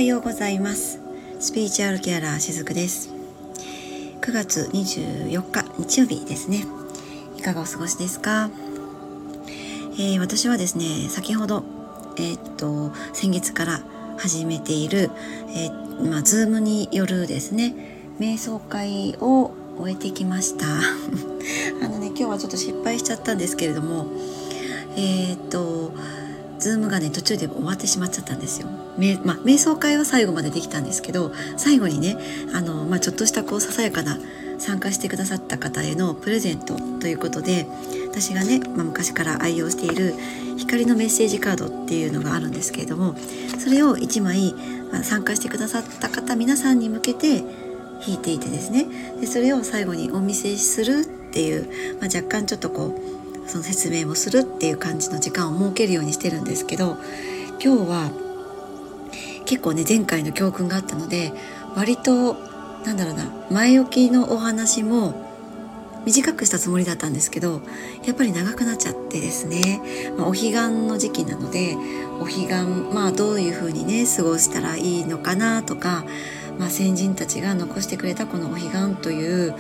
ようございます。スピリチュアルケアラーしずくです。9月24日日曜日ですね。いかがお過ごしですか？私はですね、先ほど、先月から始めている、Zoom によるですね、瞑想会を終えてきました今日はちょっと失敗しちゃったんですけれども、Zoom がね途中で終わってしまっちゃったんですよ。瞑想会は最後までできたんですけど、最後にねちょっとしたささやかな参加してくださった方へのプレゼントということで、私がね、昔から愛用している光のメッセージカードっていうのがあるんですけれども、それを1枚、参加してくださった方皆さんに向けて引いていてですね、でそれを最後にお見せするっていう、若干ちょっとその説明もするっていう感じの時間を設けるようにしてるんですけど、今日は結構ね前回の教訓があったので、割と前置きのお話も短くしたつもりだったんですけど、やっぱり長くなっちゃってですね、お彼岸の時期なので、お彼岸どういう風にね過ごしたらいいのかなとか、先人たちが残してくれたこのお彼岸という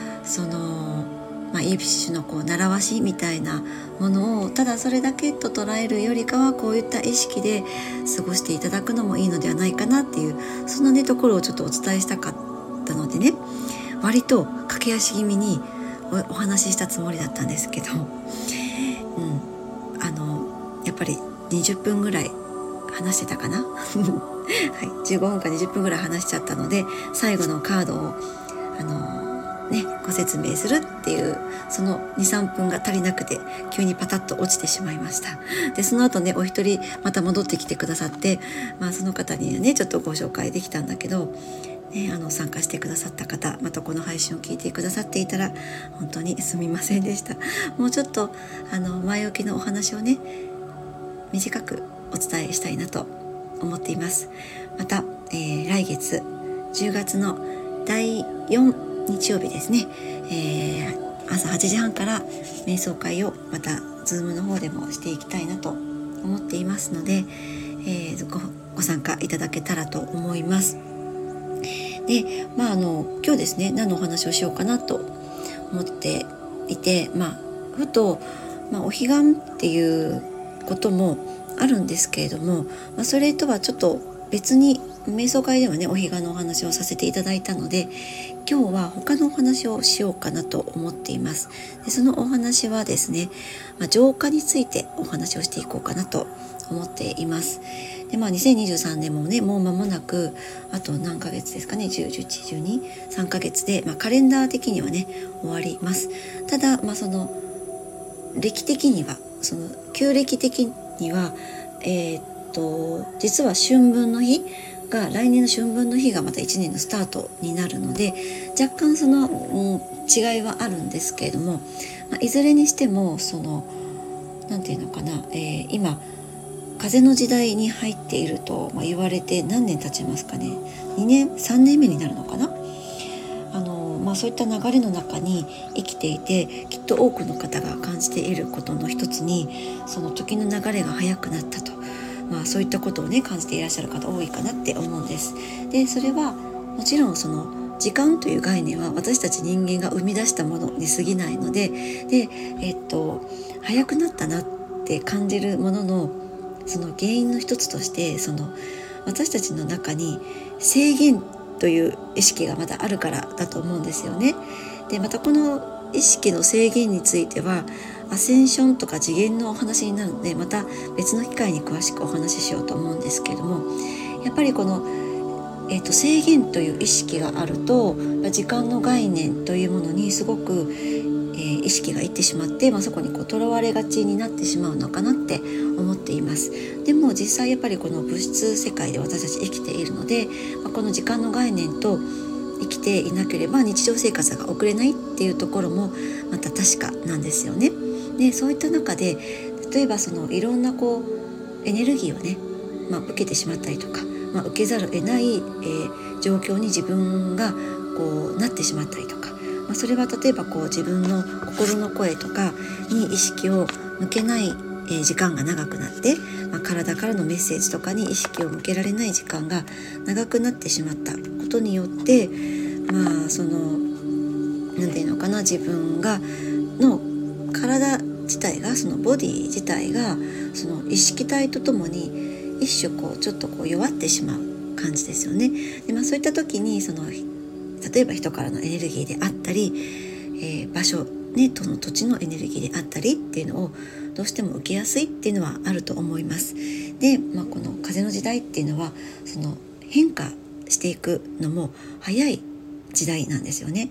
一種の習わしみたいなものをただそれだけと捉えるよりかは、こういった意識で過ごしていただくのもいいのではないかなっていう、そんなねところをちょっとお伝えしたかったのでね、割と駆け足気味にお話ししたつもりだったんですけど、やっぱり20分ぐらい話してたかなはい、15分か20分ぐらい話しちゃったので、最後のカードをご説明するっていうその 2,3 分が足りなくて、急にパタッと落ちてしまいました。でその後ね、お一人また戻ってきてくださって、その方にはねちょっとご紹介できたんだけど、参加してくださった方、またこの配信を聞いてくださっていたら本当にすみませんでした。もうちょっと前置きのお話をね短くお伝えしたいなと思っています。また、来月10月の第4日曜日ですね、朝8時半から瞑想会をまた Zoom の方でもしていきたいなと思っていますので、ご参加いただけたらと思います。で、今日ですね、何のお話をしようかなと思っていて、ふと、お彼岸っていうこともあるんですけれども、それとはちょっと別に瞑想会ではねお彼岸のお話をさせていただいたので、今日は他のお話をしようかなと思っています。でそのお話はですね、浄化についてお話をしていこうかなと思っています。で2023年もねもう間もなくあと何ヶ月ですかね、10、11、12、3ヶ月で、カレンダー的にはね終わります。ただその暦的には、その旧暦的には実は春分の日が、来年の春分の日がまた1年のスタートになるので、若干その、違いはあるんですけれども、いずれにしてもなんていうのかな、今風の時代に入っていると、言われて何年経ちますかね、2年3年目になるのかな。そういった流れの中に生きていて、きっと多くの方が感じていることの一つに、その時の流れが早くなったと、そういったことをね感じていらっしゃる方多いかなって思うんです。でそれはもちろんその時間という概念は私たち人間が生み出したものに過ぎないので、早くなったなって感じるものの、その原因の一つとして、私たちの中に制限という意識がまだあるからだと思うんですよね。でまたこの意識の制限についてはアセンションとか次元のお話になるので、また別の機会に詳しくお話ししようと思うんですけれども、やっぱりこの、制限という意識があると、時間の概念というものにすごく、意識がいってしまって、そこにとらわれがちになってしまうのかなって思っています。でも実際やっぱりこの物質世界で私たち生きているので、この時間の概念と生きていなければ日常生活が送れないっていうところもまた確かなんですよね。でそういった中で、例えばいろんなエネルギーをね、受けてしまったりとか、受けざるを得ない、状況に自分がなってしまったりとか、それは例えば自分の心の声とかに意識を向けない時間が長くなって、体からのメッセージとかに意識を向けられない時間が長くなってしまったことによって、そのなんていうのかな、自分がの体自体が、そのボディ自体がその意識体とともに一種ちょっと弱ってしまう感じですよね。で、そういった時に例えば人からのエネルギーであったり、場所ね、の土地のエネルギーであったりっていうのをどうしても受けやすいっていうのはあると思います。で、この風の時代っていうのはその変化していくのも早い時代なんですよね。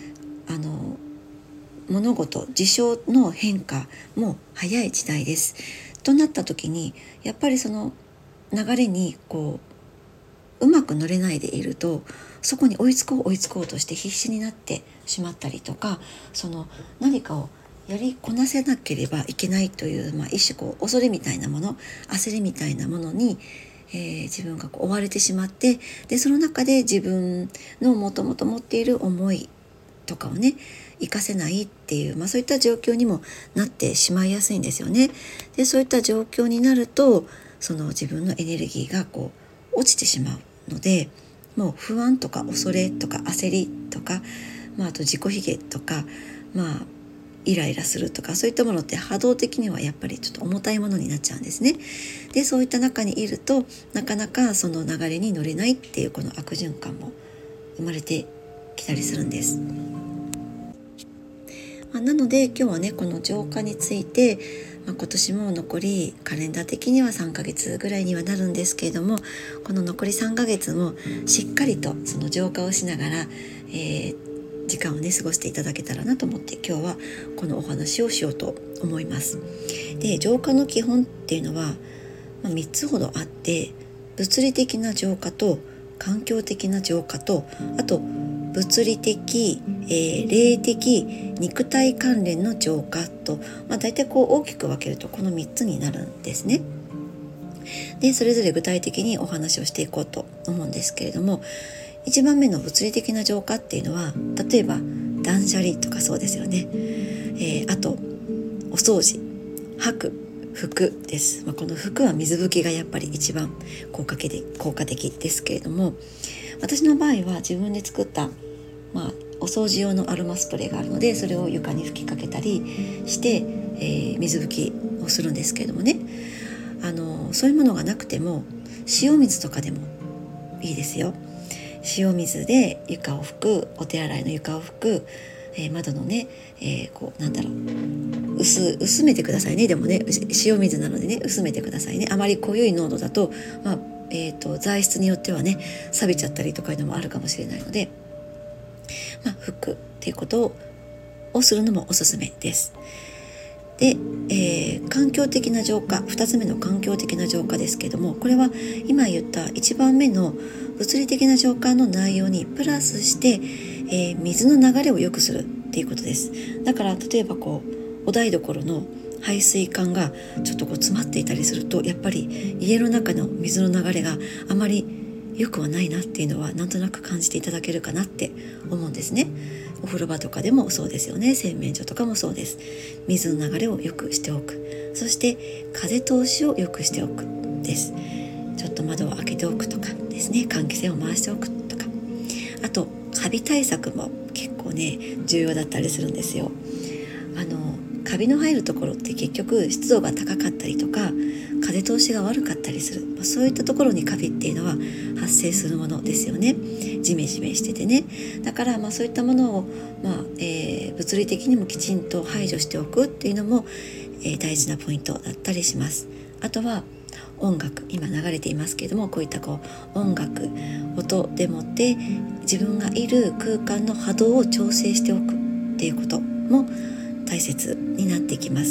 物事事象の変化も早い時代です。となった時にやっぱりその流れにうまく乗れないでいると、そこに追いつこうとして必死になってしまったりとか、その何かをやりこなせなければいけないという、一種恐れみたいなもの、焦りみたいなものに、自分が追われてしまって、でその中で自分のもともと持っている思いとかをね活かせないっていう、そういった状況にもなってしまいやすいんですよね。でそういった状況になると、その自分のエネルギーが落ちてしまうので、もう不安とか恐れとか焦りとか、あと自己卑下とか、イライラするとか、そういったものって波動的にはやっぱりちょっと重たいものになっちゃうんですね。でそういった中にいるとなかなかその流れに乗れないっていうこの悪循環も生まれてきたりするんです。なので今日はね、この浄化について、今年も残りカレンダー的には3ヶ月ぐらいにはなるんですけれども、この残り3ヶ月もしっかりとその浄化をしながら、時間をね過ごしていただけたらなと思って今日はこのお話をしようと思います。で、浄化の基本っていうのは、3つほどあって、物理的な浄化と環境的な浄化と、あと物理的、霊的、肉体関連の浄化と、大体大きく分けるとこの3つになるんですね。でそれぞれ具体的にお話をしていこうと思うんですけれども、1番目の物理的な浄化っていうのは、例えば断捨離とかそうですよね。あとお掃除、吐く、服です。この服は水拭きがやっぱり一番効果的ですけれども、私の場合は自分で作った、お掃除用のアロマスプレーがあるので、それを床に吹きかけたりして、水拭きをするんですけれどもね、そういうものがなくても塩水とかでもいいですよ。塩水で床を拭く、お手洗いの床を拭く、窓のね、薄めてくださいね。でもね、塩水なのでね、薄めてくださいね。あまり濃い濃度だと、材質によってはね錆びちゃったりとかいうのもあるかもしれないので、拭くっていうことをするのもおすすめです。で、環境的な浄化、2つ目の環境的な浄化ですけども、これは今言った1番目の物理的な浄化の内容にプラスして、水の流れを良くするっていうことです。だから例えばお台所の排水管がちょっと詰まっていたりすると、やっぱり家の中の水の流れがあまり良くはないなっていうのはなんとなく感じていただけるかなって思うんですね。お風呂場とかでもそうですよね。洗面所とかもそうです。水の流れを良くしておく、そして風通しを良くしておくです。ちょっと窓を開けておくとかですね、換気扇を回しておくとか、あとカビ対策も結構ね重要だったりするんですよ。カビの入るところって結局湿度が高かったりとか風通しが悪かったりする、そういったところにカビっていうのは発生するものですよね。ジメジメしててね。だからそういったものを、物理的にもきちんと排除しておくっていうのも、大事なポイントだったりします。あとは音楽、今流れていますけれども、こういった音楽、音でもって自分がいる空間の波動を調整しておくっていうことも大切になってきます。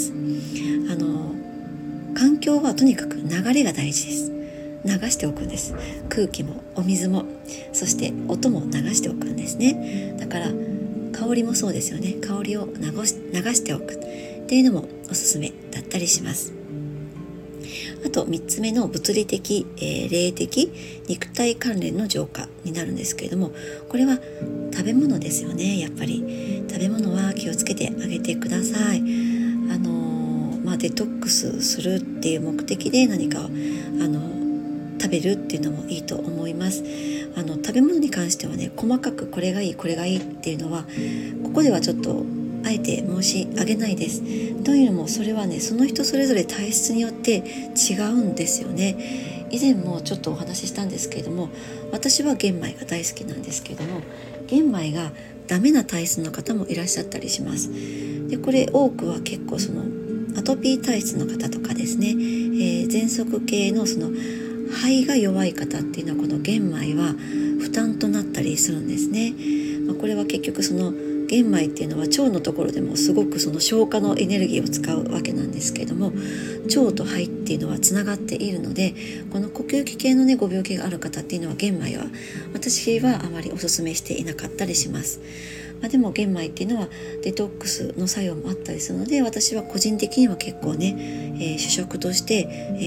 環境はとにかく流れが大事です。流しておくんです。空気もお水も、そして音も流しておくんですね。だから香りもそうですよね。香りを流しておくっていうのもおすすめだったりします。あと3つ目の物理的、霊的、肉体関連の浄化になるんですけれども、これは食べ物ですよね。やっぱり食べ物は気をつけてあげてください。 デトックスするっていう目的で何か食べるっていうのもいいと思います。食べ物に関してはね、細かくこれがいいこれがいいっていうのはここではちょっとあえて申し上げないです。というのもそれはね、その人それぞれ体質によって違うんですよね。以前もちょっとお話ししたんですけれども、私は玄米が大好きなんですけれども、玄米がダメな体質の方もいらっしゃったりします。でこれ多くは結構そのアトピー体質の方とかですね、喘息系のその肺が弱い方っていうのはこの玄米は負担となったりするんですね。これは結局その玄米っていうのは腸のところでもすごくその消化のエネルギーを使うわけなんですけれども、腸と肺っていうのはつながっているので、この呼吸器系のねご病気がある方っていうのは玄米は私はあまりおすすめしていなかったりします。でも玄米っていうのはデトックスの作用もあったりするので、私は個人的には結構ね、主食として、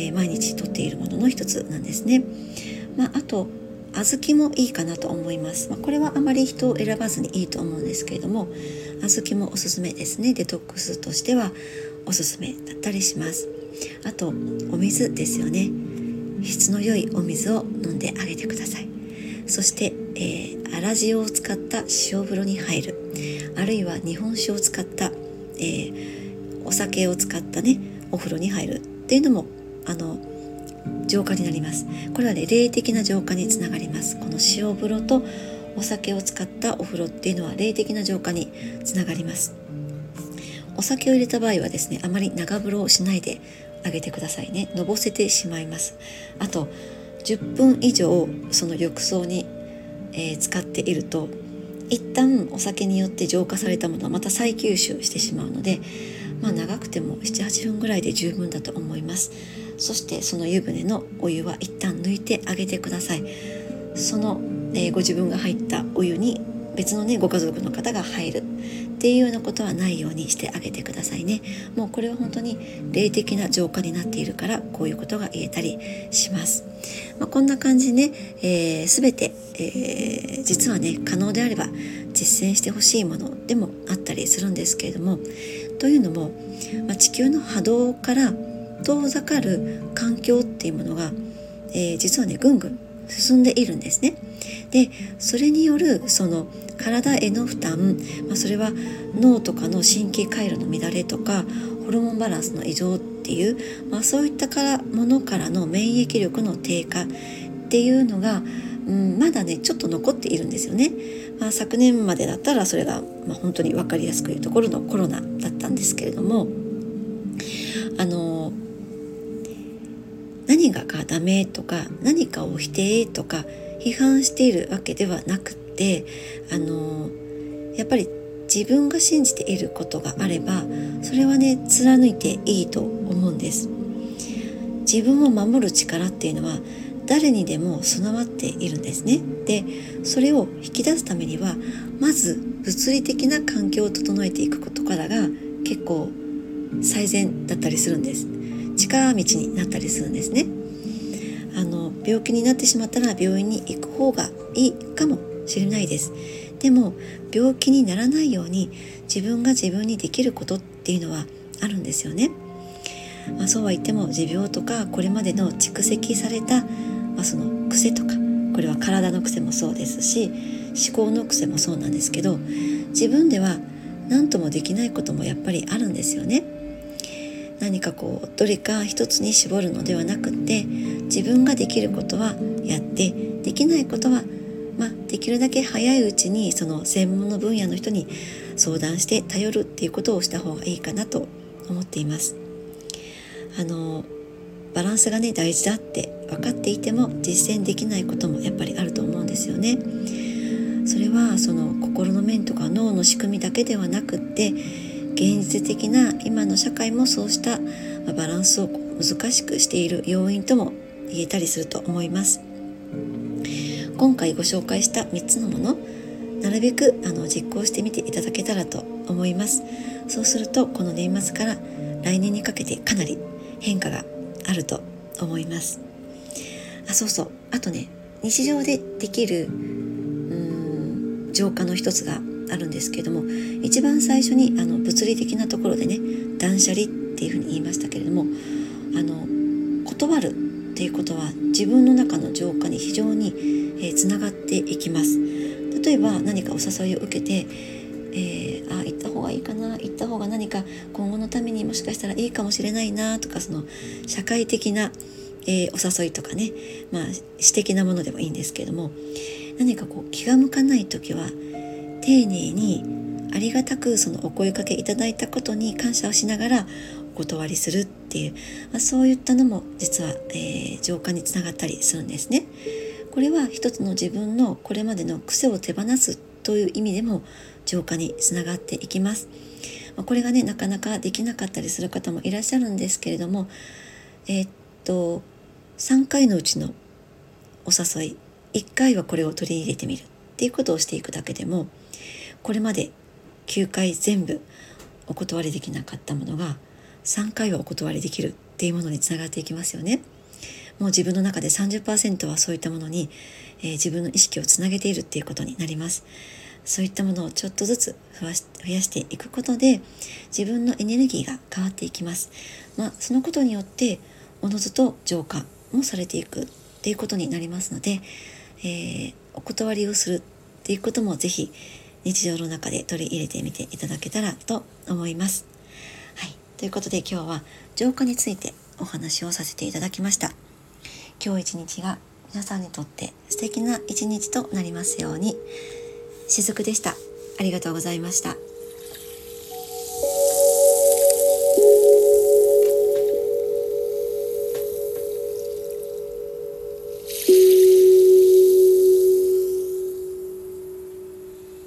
毎日とっているものの一つなんですね。あと小豆もいいかなと思います。これはあまり人を選ばずにいいと思うんですけれども、小豆もおすすめですね。デトックスとしてはおすすめだったりします。あとお水ですよね。質の良いお水を飲んであげてください。そして、粗塩を使った塩風呂に入る、あるいは日本酒を使った、お酒を使ったねお風呂に入るっていうのも浄化になります。これはね霊的な浄化につながります。この塩風呂とお酒を使ったお風呂っていうのは霊的な浄化につながります。お酒を入れた場合はですね、あまり長風呂をしないであげてくださいね。のぼせてしまいます。あと10分以上その浴槽に、使っていると一旦お酒によって浄化されたものはまた再吸収してしまうので、長くても 7,8 分ぐらいで十分だと思います。そしてその湯船のお湯は一旦抜いてあげてください。その、ご自分が入ったお湯に別のねご家族の方が入るっていうようなことはないようにしてあげてくださいね。もうこれは本当に霊的な浄化になっているからこういうことが言えたりします。こんな感じでね、全て、実はね可能であれば実践してほしいものでもあったりするんですけれども、というのも、地球の波動から遠ざかる環境っていうものが、実はねぐんぐん進んでいるんですね。でそれによるその体への負担、それは脳とかの神経回路の乱れとかホルモンバランスの異常っていう、そういったものからの免疫力の低下っていうのが、まだねちょっと残っているんですよね。昨年までだったらそれが、本当に分かりやすく言うところのコロナだったんですけれども、何かがダメとか何かを否定とか批判しているわけではなくて、やっぱり自分が信じていることがあればそれはね貫いていいと思うんです。自分を守る力っていうのは誰にでも備わっているんですね。でそれを引き出すためにはまず物理的な環境を整えていくことからが結構最善だったりするんです。近道になったりするんですね。病気になってしまったら病院に行く方がいいかもしれないです。でも病気にならないように自分が自分にできることっていうのはあるんですよね。そうは言っても持病とかこれまでの蓄積された、その癖とか、これは体の癖もそうですし思考の癖もそうなんですけど、自分では何ともできないこともやっぱりあるんですよね。何かどれか一つに絞るのではなくって自分ができることはやって、できないことは、できるだけ早いうちにその専門の分野の人に相談して頼るっていうことをした方がいいかなと思っています。バランスがね大事だって分かっていても実践できないこともやっぱりあると思うんですよね。それはその心の面とか脳の仕組みだけではなくって現実的な今の社会もそうしたバランスを難しくしている要因とも言えたりすると思います。今回ご紹介した3つのもの、なるべく実行してみていただけたらと思います。そうするとこの年末から来年にかけてかなり変化があると思います。あとね、日常でできる浄化の一つがあるんですけども、一番最初に物理的なところでね断捨離っっていうふうに言いましたけれども、断るっていうことは自分の中の浄化に非常につながっていきます。例えば何かお誘いを受けて、行った方がいいかな、行った方が何か今後のためにもしかしたらいいかもしれないなとか、その社会的な、お誘いとかね、私的なものでもいいんですけれども、何か気が向かない時は丁寧にありがたくそのお声かけいただいたことに感謝をしながらお断りするっていう、そういったのも実は、浄化につながったりするんですね。これは一つの自分のこれまでの癖を手放すという意味でも浄化につながっていきます。これがねなかなかできなかったりする方もいらっしゃるんですけれども、3回のうちのお誘い1回はこれを取り入れてみるっていうことをしていくだけでも、これまで9回全部お断りできなかったものが3回はお断りできるっていうものにつながっていきますよね。もう自分の中で 30% はそういったものに、自分の意識をつなげているっていうことになります。そういったものをちょっとずつ増やしていくことで自分のエネルギーが変わっていきます。そのことによっておのずと浄化もされていくっていうことになりますので、お断りをするっていうこともぜひ日常の中で取り入れてみていただけたらと思います。はい、ということで今日は浄化についてお話をさせていただきました。今日一日が皆さんにとって素敵な一日となりますように。しずくでした。ありがとうございました。